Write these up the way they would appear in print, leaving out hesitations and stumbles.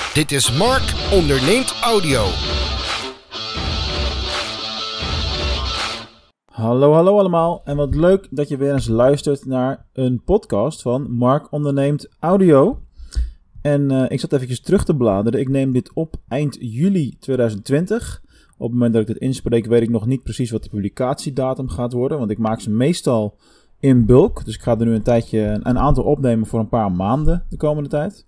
Dit is Mark onderneemt audio. Hallo allemaal en wat leuk dat je weer eens luistert naar een podcast van Mark onderneemt audio. En ik zat eventjes terug te bladeren. Ik neem dit op eind juli 2020. Op het moment dat ik dit inspreek weet ik nog niet precies wat de publicatiedatum gaat worden, want ik maak ze meestal in bulk. Dus ik ga er nu een aantal opnemen voor een paar maanden de komende tijd.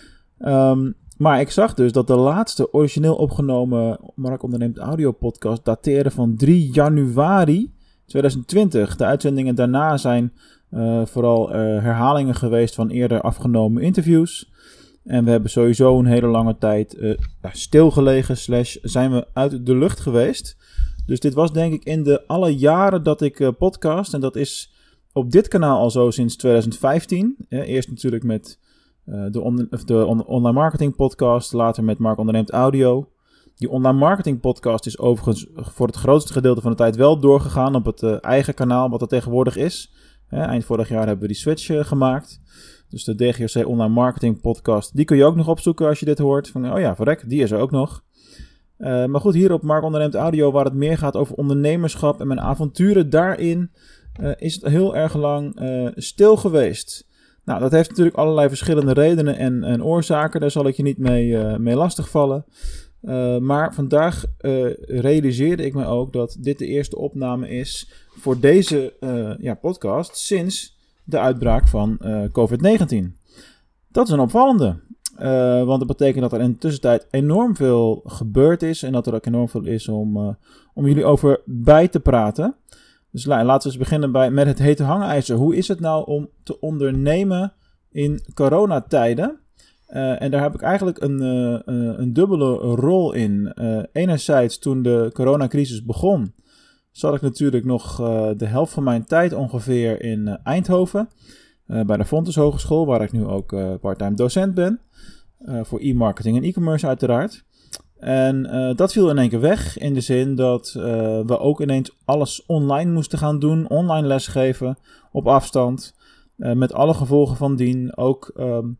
Maar ik zag dus dat de laatste origineel opgenomen Mark onderneemt audio podcast dateerde van 3 januari 2020. De uitzendingen daarna zijn vooral herhalingen geweest van eerder afgenomen interviews. En we hebben sowieso een hele lange tijd stilgelegen / zijn we uit de lucht geweest. Dus dit was denk ik in de alle jaren dat ik podcast. En dat is op dit kanaal al zo sinds 2015. Eerst natuurlijk met de online marketing podcast, later met Mark onderneemt audio. Die online marketing podcast is overigens voor het grootste gedeelte van de tijd wel doorgegaan op het eigen kanaal wat er tegenwoordig is. Eind vorig jaar hebben we die switch gemaakt. Dus de DGOC online marketing podcast, die kun je ook nog opzoeken als je dit hoort. Van, oh ja, verrek, die is er ook nog. Maar goed, hier op Mark onderneemt audio, waar het meer gaat over ondernemerschap en mijn avonturen daarin, is het heel erg lang stil geweest. Nou, dat heeft natuurlijk allerlei verschillende redenen en oorzaken. Daar zal ik je niet mee lastigvallen. Maar vandaag realiseerde ik me ook dat dit de eerste opname is voor deze podcast sinds de uitbraak van COVID-19. Dat is een opvallende. Want dat betekent dat er in de tussentijd enorm veel gebeurd is. En dat er ook enorm veel is om jullie over bij te praten. Dus laten we eens beginnen met het hete hangijzer. Hoe is het nou om te ondernemen in coronatijden? En daar heb ik eigenlijk een dubbele rol in. Enerzijds toen de coronacrisis begon, zat ik natuurlijk nog de helft van mijn tijd ongeveer in Eindhoven. Bij de Fontys Hogeschool, waar ik nu ook parttime docent ben. Voor e-marketing en e-commerce uiteraard. En dat viel in één keer weg in de zin dat we ook ineens alles online moesten gaan doen. Online lesgeven op afstand. Met alle gevolgen van dien. Ook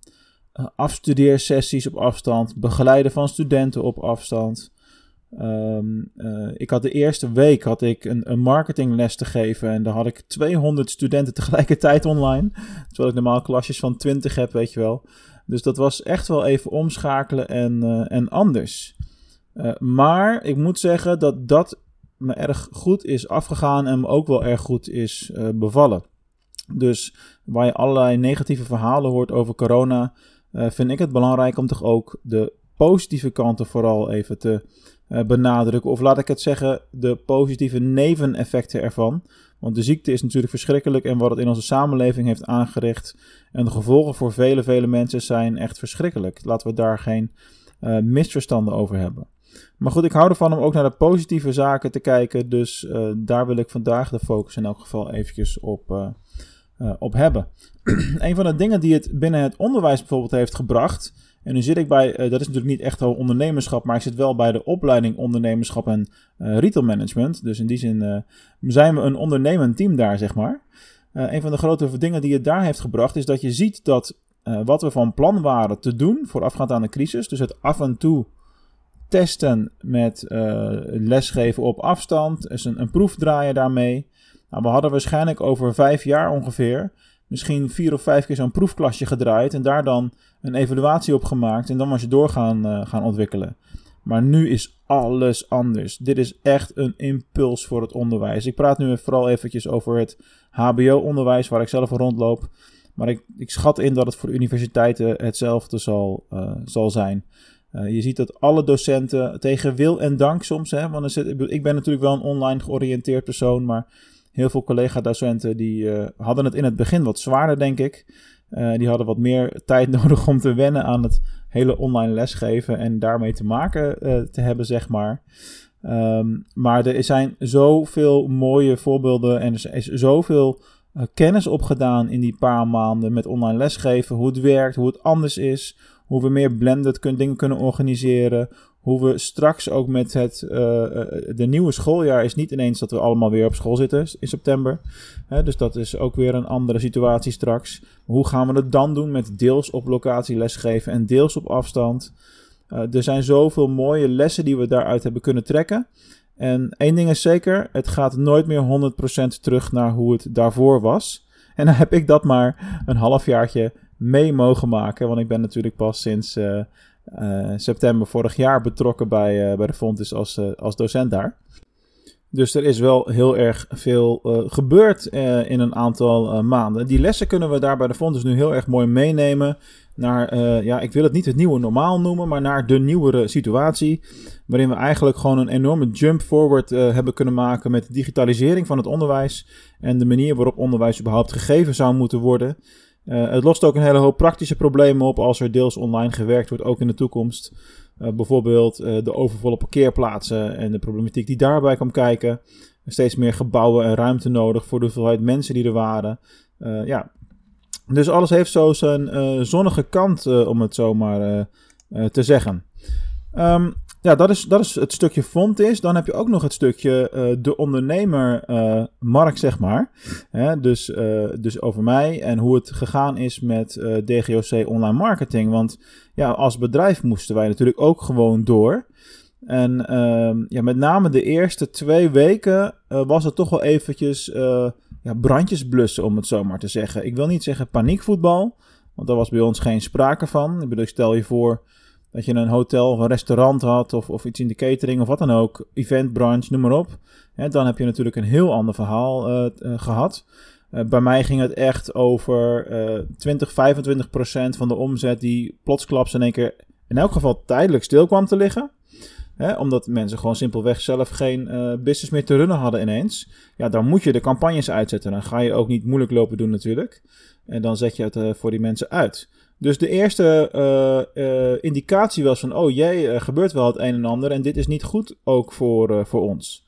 afstudeersessies op afstand. Begeleiden van studenten op afstand. Ik had de eerste week een marketingles te geven. En daar had ik 200 studenten tegelijkertijd online. Terwijl ik normaal klasjes van 20 heb, weet je wel. Dus dat was echt wel even omschakelen en anders. Maar ik moet zeggen dat dat me erg goed is afgegaan en me ook wel erg goed is bevallen. Dus waar je allerlei negatieve verhalen hoort over corona, vind ik het belangrijk om toch ook de positieve kanten vooral even te benadrukken. Of laat ik het zeggen, de positieve neveneffecten ervan. Want de ziekte is natuurlijk verschrikkelijk en wat het in onze samenleving heeft aangericht en de gevolgen voor vele mensen zijn echt verschrikkelijk. Laten we daar geen misverstanden over hebben. Maar goed, ik hou ervan om ook naar de positieve zaken te kijken. Dus daar wil ik vandaag de focus in elk geval eventjes op hebben. Een van de dingen die het binnen het onderwijs bijvoorbeeld heeft gebracht. En nu zit ik bij, dat is natuurlijk niet echt al ondernemerschap, maar ik zit wel bij de opleiding ondernemerschap en retail management. Dus in die zin zijn we een ondernemend team daar, zeg maar. Een van de grote dingen die het daar heeft gebracht is dat je ziet dat wat we van plan waren te doen voorafgaand aan de crisis, dus het af en toe testen met lesgeven op afstand, is een proef draaien daarmee. Nou, we hadden waarschijnlijk over 5 jaar ongeveer misschien 4 of 5 keer zo'n proefklasje gedraaid en daar dan een evaluatie op gemaakt en dan was je door gaan ontwikkelen. Maar nu is alles anders. Dit is echt een impuls voor het onderwijs. Ik praat nu vooral eventjes over het hbo-onderwijs waar ik zelf rondloop. Maar ik schat in dat het voor universiteiten hetzelfde zal zijn. Je ziet dat alle docenten tegen wil en dank soms, want ik ben natuurlijk wel een online georiënteerd persoon, maar heel veel collega-docenten die hadden het in het begin wat zwaarder, denk ik. Die hadden wat meer tijd nodig om te wennen aan het hele online lesgeven en daarmee te maken te hebben, zeg maar. Maar er zijn zoveel mooie voorbeelden en er is zoveel kennis opgedaan in die paar maanden met online lesgeven. Hoe het werkt, hoe het anders is, hoe we meer blended dingen kunnen organiseren. Hoe we straks ook met de nieuwe schooljaar is niet ineens dat we allemaal weer op school zitten in september. Dus dat is ook weer een andere situatie straks. Hoe gaan we het dan doen met deels op locatie lesgeven en deels op afstand? Er zijn zoveel mooie lessen die we daaruit hebben kunnen trekken. En één ding is zeker, het gaat nooit meer 100% terug naar hoe het daarvoor was. En dan heb ik dat maar een halfjaartje mee mogen maken. Want ik ben natuurlijk pas sinds september vorig jaar betrokken bij de Fontys als docent daar. Dus er is wel heel erg veel gebeurd in een aantal maanden. Die lessen kunnen we daar bij de Fontys nu heel erg mooi meenemen naar, ik wil het niet het nieuwe normaal noemen, maar naar de nieuwere situatie. Waarin we eigenlijk gewoon een enorme jump forward hebben kunnen maken met de digitalisering van het onderwijs. En de manier waarop onderwijs überhaupt gegeven zou moeten worden. Het lost ook een hele hoop praktische problemen op als er deels online gewerkt wordt, ook in de toekomst. Bijvoorbeeld de overvolle parkeerplaatsen en de problematiek die daarbij komt kijken. Steeds meer gebouwen en ruimte nodig voor de hoeveelheid mensen die er waren. Dus alles heeft zo zijn zonnige kant, om het zo maar te zeggen. Dat is het stukje Fontys. Dan heb je ook nog het stukje de ondernemer Mark, zeg maar. Dus over mij en hoe het gegaan is met DGOC Online Marketing. Want als bedrijf moesten wij natuurlijk ook gewoon door. En met name de eerste 2 weken was het toch wel eventjes brandjes blussen, om het zo maar te zeggen. Ik wil niet zeggen paniekvoetbal, want daar was bij ons geen sprake van. Ik bedoel, stel je voor dat je een hotel of een restaurant had of iets in de catering of wat dan ook, eventbranche, noem maar op. Dan heb je natuurlijk een heel ander verhaal gehad. Bij mij ging het echt over 20-25% van de omzet die plotsklaps in één keer in elk geval tijdelijk stil kwam te liggen. Omdat mensen gewoon simpelweg zelf geen business meer te runnen hadden ineens. Ja, dan moet je de campagnes uitzetten. Dan ga je ook niet moeilijk lopen doen natuurlijk. En dan zet je het voor die mensen uit. Dus de eerste indicatie was van, gebeurt wel het een en ander en dit is niet goed ook voor ons.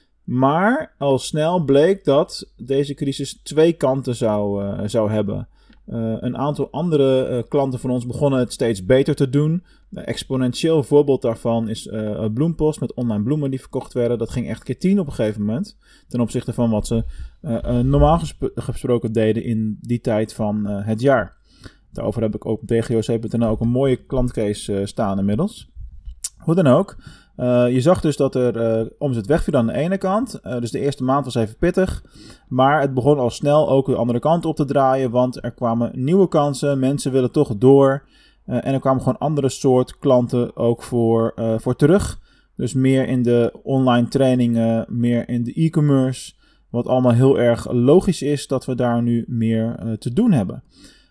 Maar al snel bleek dat deze crisis 2 kanten zou hebben. Een aantal andere klanten van ons begonnen het steeds beter te doen. Een exponentieel voorbeeld daarvan is Bloempost met online bloemen die verkocht werden. Dat ging echt keer 10 op een gegeven moment. Ten opzichte van wat ze normaal gesproken deden in die tijd van het jaar. Daarover heb ik ook op dgoc.nl ook een mooie klantcase staan inmiddels. Hoe dan ook. Je zag dus dat er omzet wegviel aan de ene kant. Dus de eerste maand was even pittig. Maar het begon al snel ook de andere kant op te draaien. Want er kwamen nieuwe kansen. Mensen willen toch door. En er kwamen gewoon andere soort klanten ook voor terug. Dus meer in de online trainingen. Meer in de e-commerce. Wat allemaal heel erg logisch is dat we daar nu meer te doen hebben.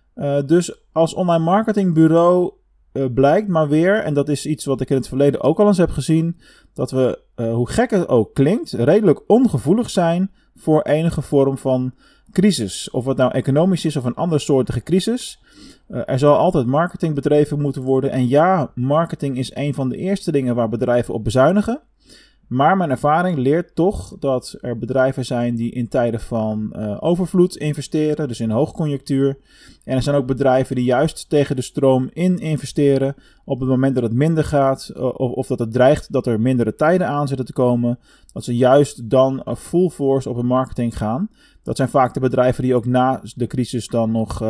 Dus als online marketingbureau blijkt maar weer, en dat is iets wat ik in het verleden ook al eens heb gezien, dat we, hoe gek het ook klinkt, redelijk ongevoelig zijn voor enige vorm van crisis. Of het nou economisch is of een andere soortige crisis. Er zal altijd marketing bedreven moeten worden. En ja, marketing is een van de eerste dingen waar bedrijven op bezuinigen. Maar mijn ervaring leert toch dat er bedrijven zijn die in tijden van overvloed investeren, dus in hoogconjunctuur. En er zijn ook bedrijven die juist tegen de stroom in investeren op het moment dat het minder gaat of dat het dreigt dat er mindere tijden aan zitten te komen. Dat ze juist dan full force op hun marketing gaan. Dat zijn vaak de bedrijven die ook na de crisis dan nog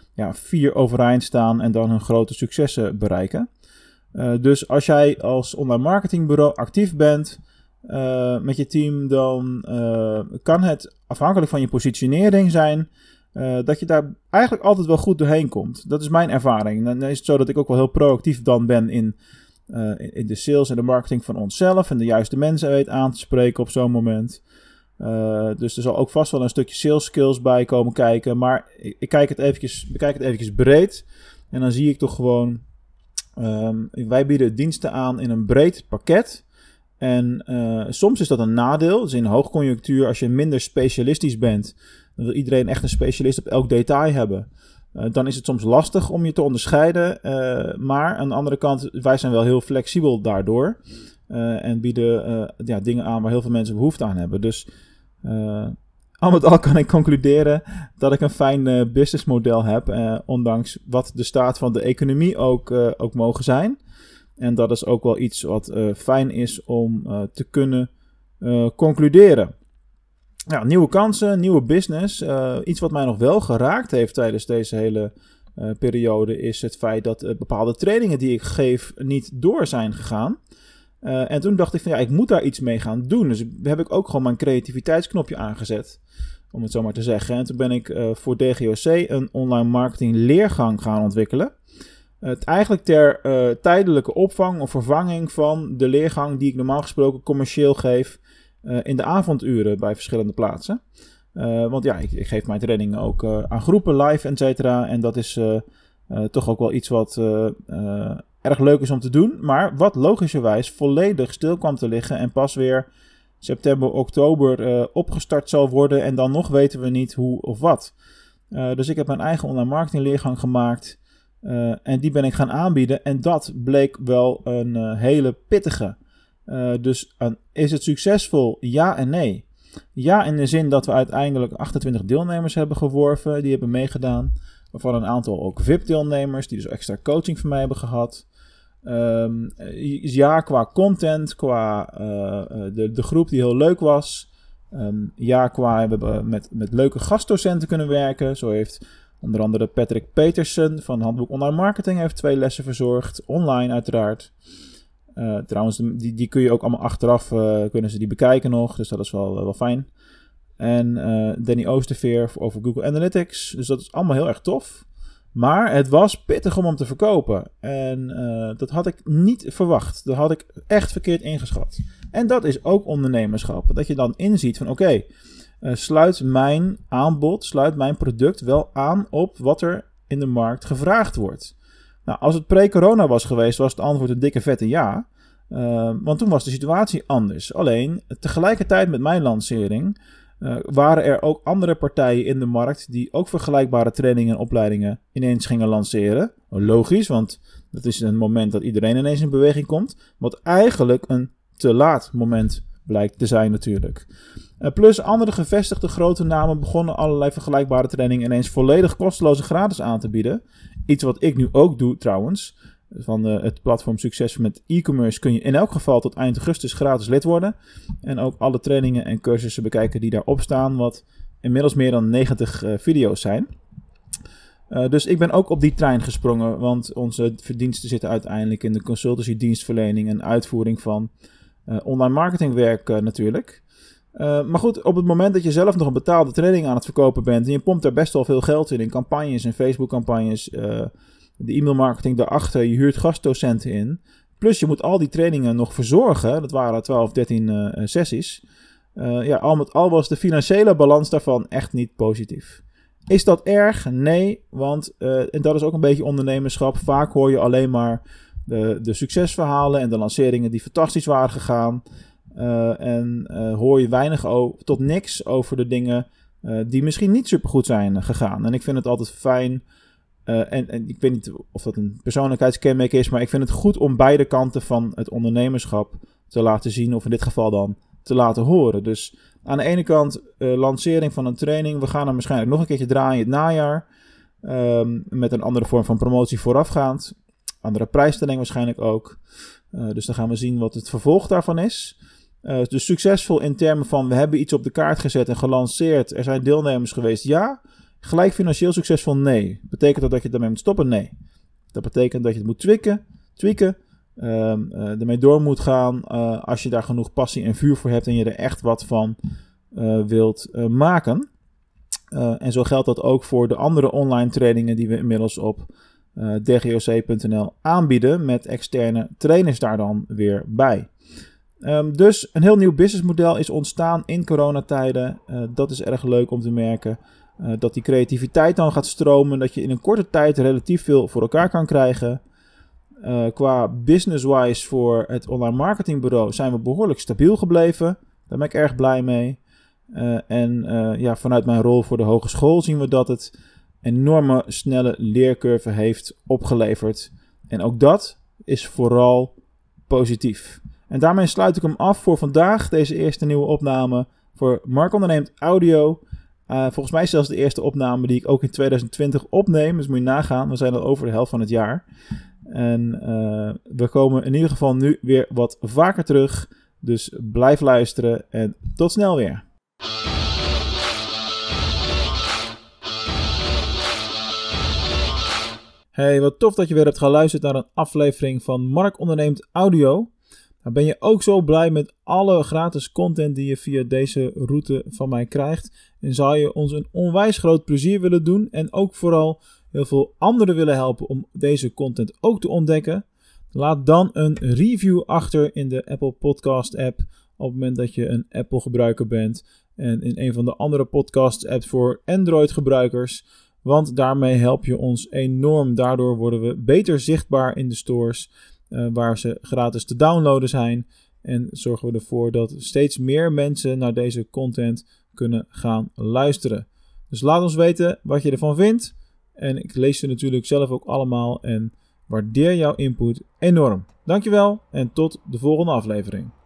4 overeind staan en dan hun grote successen bereiken. Dus als jij als online marketingbureau actief bent met je team, dan kan het afhankelijk van je positionering zijn dat je daar eigenlijk altijd wel goed doorheen komt. Dat is mijn ervaring. Dan is het zo dat ik ook wel heel proactief dan ben in de sales en de marketing van onszelf en de juiste mensen weet aan te spreken op zo'n moment. Dus er zal ook vast wel een stukje sales skills bij komen kijken, maar ik bekijk het eventjes breed en dan zie ik toch gewoon, wij bieden diensten aan in een breed pakket. En soms is dat een nadeel. Dus in hoogconjunctuur, als je minder specialistisch bent, dan wil iedereen echt een specialist op elk detail hebben. Dan is het soms lastig om je te onderscheiden. Maar aan de andere kant, wij zijn wel heel flexibel daardoor. En bieden dingen aan waar heel veel mensen behoefte aan hebben. Dus al met al kan ik concluderen dat ik een fijn businessmodel heb. Ondanks wat de staat van de economie ook mogen zijn. En dat is ook wel iets wat fijn is om te kunnen concluderen. Ja, nieuwe kansen, nieuwe business. Iets wat mij nog wel geraakt heeft tijdens deze hele periode is het feit dat bepaalde trainingen die ik geef niet door zijn gegaan. En toen dacht ik van ik moet daar iets mee gaan doen. Dus heb ik ook gewoon mijn creativiteitsknopje aangezet, om het zo maar te zeggen. En toen ben ik voor DGOC een online marketing leergang gaan ontwikkelen. Eigenlijk ter tijdelijke opvang of vervanging van de leergang die ik normaal gesproken commercieel geef in de avonduren bij verschillende plaatsen. Want ik geef mijn trainingen ook aan groepen live, et cetera. En dat is toch ook wel iets wat erg leuk is om te doen. Maar wat logischerwijs volledig stil kwam te liggen en pas weer september, oktober opgestart zal worden. En dan nog weten we niet hoe of wat. Dus ik heb mijn eigen online marketing leergang gemaakt. En die ben ik gaan aanbieden. En dat bleek wel een hele pittige. Dus is het succesvol? Ja en nee. Ja, in de zin dat we uiteindelijk 28 deelnemers hebben geworven. Die hebben meegedaan. Waarvan een aantal ook VIP-deelnemers. Die dus extra coaching van mij hebben gehad. Ja, qua content. Qua de groep die heel leuk was. We hebben met leuke gastdocenten kunnen werken. Zo heeft onder andere Patrick Petersen van Handboek Online Marketing heeft 2 lessen verzorgd. Online uiteraard. Trouwens, die kun je ook allemaal achteraf kunnen ze die bekijken nog. Dus dat is wel fijn. En Danny Oosterveer over Google Analytics. Dus dat is allemaal heel erg tof. Maar het was pittig om hem te verkopen. En dat had ik niet verwacht. Dat had ik echt verkeerd ingeschat. En dat is ook ondernemerschap. Dat je dan inziet van oké, sluit mijn aanbod, sluit mijn product wel aan op wat er in de markt gevraagd wordt. Nou, als het pre-corona was geweest, was het antwoord een dikke vette ja. Want toen was de situatie anders. Alleen, tegelijkertijd met mijn lancering waren er ook andere partijen in de markt die ook vergelijkbare trainingen en opleidingen ineens gingen lanceren. Logisch, want dat is een moment dat iedereen ineens in beweging komt. Wat eigenlijk een te laat moment blijkt te zijn natuurlijk. Plus andere gevestigde grote namen begonnen allerlei vergelijkbare trainingen ineens volledig kosteloos en gratis aan te bieden. Iets wat ik nu ook doe trouwens. Van het platform Succes met e-commerce kun je in elk geval tot eind augustus gratis lid worden. En ook alle trainingen en cursussen bekijken die daarop staan. Wat inmiddels meer dan 90 video's zijn. Dus ik ben ook op die trein gesprongen. Want onze verdiensten zitten uiteindelijk in de consultancy, dienstverlening en uitvoering van online marketingwerk natuurlijk. Maar goed, op het moment dat je zelf nog een betaalde training aan het verkopen bent en je pompt daar best wel veel geld in campagnes en Facebook campagnes, de e-mailmarketing daarachter, je huurt gastdocenten in, plus je moet al die trainingen nog verzorgen, dat waren 12, 13 sessies. Al met al was de financiële balans daarvan echt niet positief. Is dat erg? Nee, want en dat is ook een beetje ondernemerschap. Vaak hoor je alleen maar de succesverhalen en de lanceringen die fantastisch waren gegaan. Hoor je weinig tot niks over de dingen die misschien niet supergoed zijn gegaan. En ik vind het altijd fijn. En ik weet niet of dat een persoonlijkheidskenmerk is, maar ik vind het goed om beide kanten van het ondernemerschap te laten zien, of in dit geval dan te laten horen. Dus aan de ene kant lancering van een training. We gaan hem waarschijnlijk nog een keertje draaien in het najaar. Met een andere vorm van promotie voorafgaand. Andere prijsstelling waarschijnlijk ook. Dus dan gaan we zien wat het vervolg daarvan is. Dus succesvol in termen van we hebben iets op de kaart gezet en gelanceerd. Er zijn deelnemers geweest, ja. Gelijk financieel succesvol, nee. Betekent dat je daarmee moet stoppen? Nee. Dat betekent dat je het moet tweaken. Ermee door moet gaan als je daar genoeg passie en vuur voor hebt en je er echt wat van wilt maken. En zo geldt dat ook voor de andere online trainingen die we inmiddels op dgoc.nl aanbieden met externe trainers daar dan weer bij. Dus een heel nieuw businessmodel is ontstaan in coronatijden. Dat is erg leuk om te merken. Dat die creativiteit dan gaat stromen. Dat je in een korte tijd relatief veel voor elkaar kan krijgen. Qua business-wise voor het online marketingbureau zijn we behoorlijk stabiel gebleven. Daar ben ik erg blij mee. Vanuit mijn rol voor de hogeschool zien we dat het enorme snelle leercurve heeft opgeleverd. En ook dat is vooral positief. En daarmee sluit ik hem af voor vandaag. Deze eerste nieuwe opname voor Mark Onderneemt Audio. Volgens mij zelfs de eerste opname die ik ook in 2020 opneem. Dus moet je nagaan, we zijn al over de helft van het jaar. En we komen in ieder geval nu weer wat vaker terug. Dus blijf luisteren en tot snel weer. Hey, wat tof dat je weer hebt geluisterd naar een aflevering van Mark Onderneemt Audio. Nou, ben je ook zo blij met alle gratis content die je via deze route van mij krijgt? En zou je ons een onwijs groot plezier willen doen en ook vooral heel veel anderen willen helpen om deze content ook te ontdekken? Laat dan een review achter in de Apple Podcast app op het moment dat je een Apple gebruiker bent en in een van de andere podcast apps voor Android gebruikers. Want daarmee help je ons enorm. Daardoor worden we beter zichtbaar in de stores waar ze gratis te downloaden zijn. En zorgen we ervoor dat steeds meer mensen naar deze content kunnen gaan luisteren. Dus laat ons weten wat je ervan vindt. En ik lees ze natuurlijk zelf ook allemaal en waardeer jouw input enorm. Dankjewel en tot de volgende aflevering.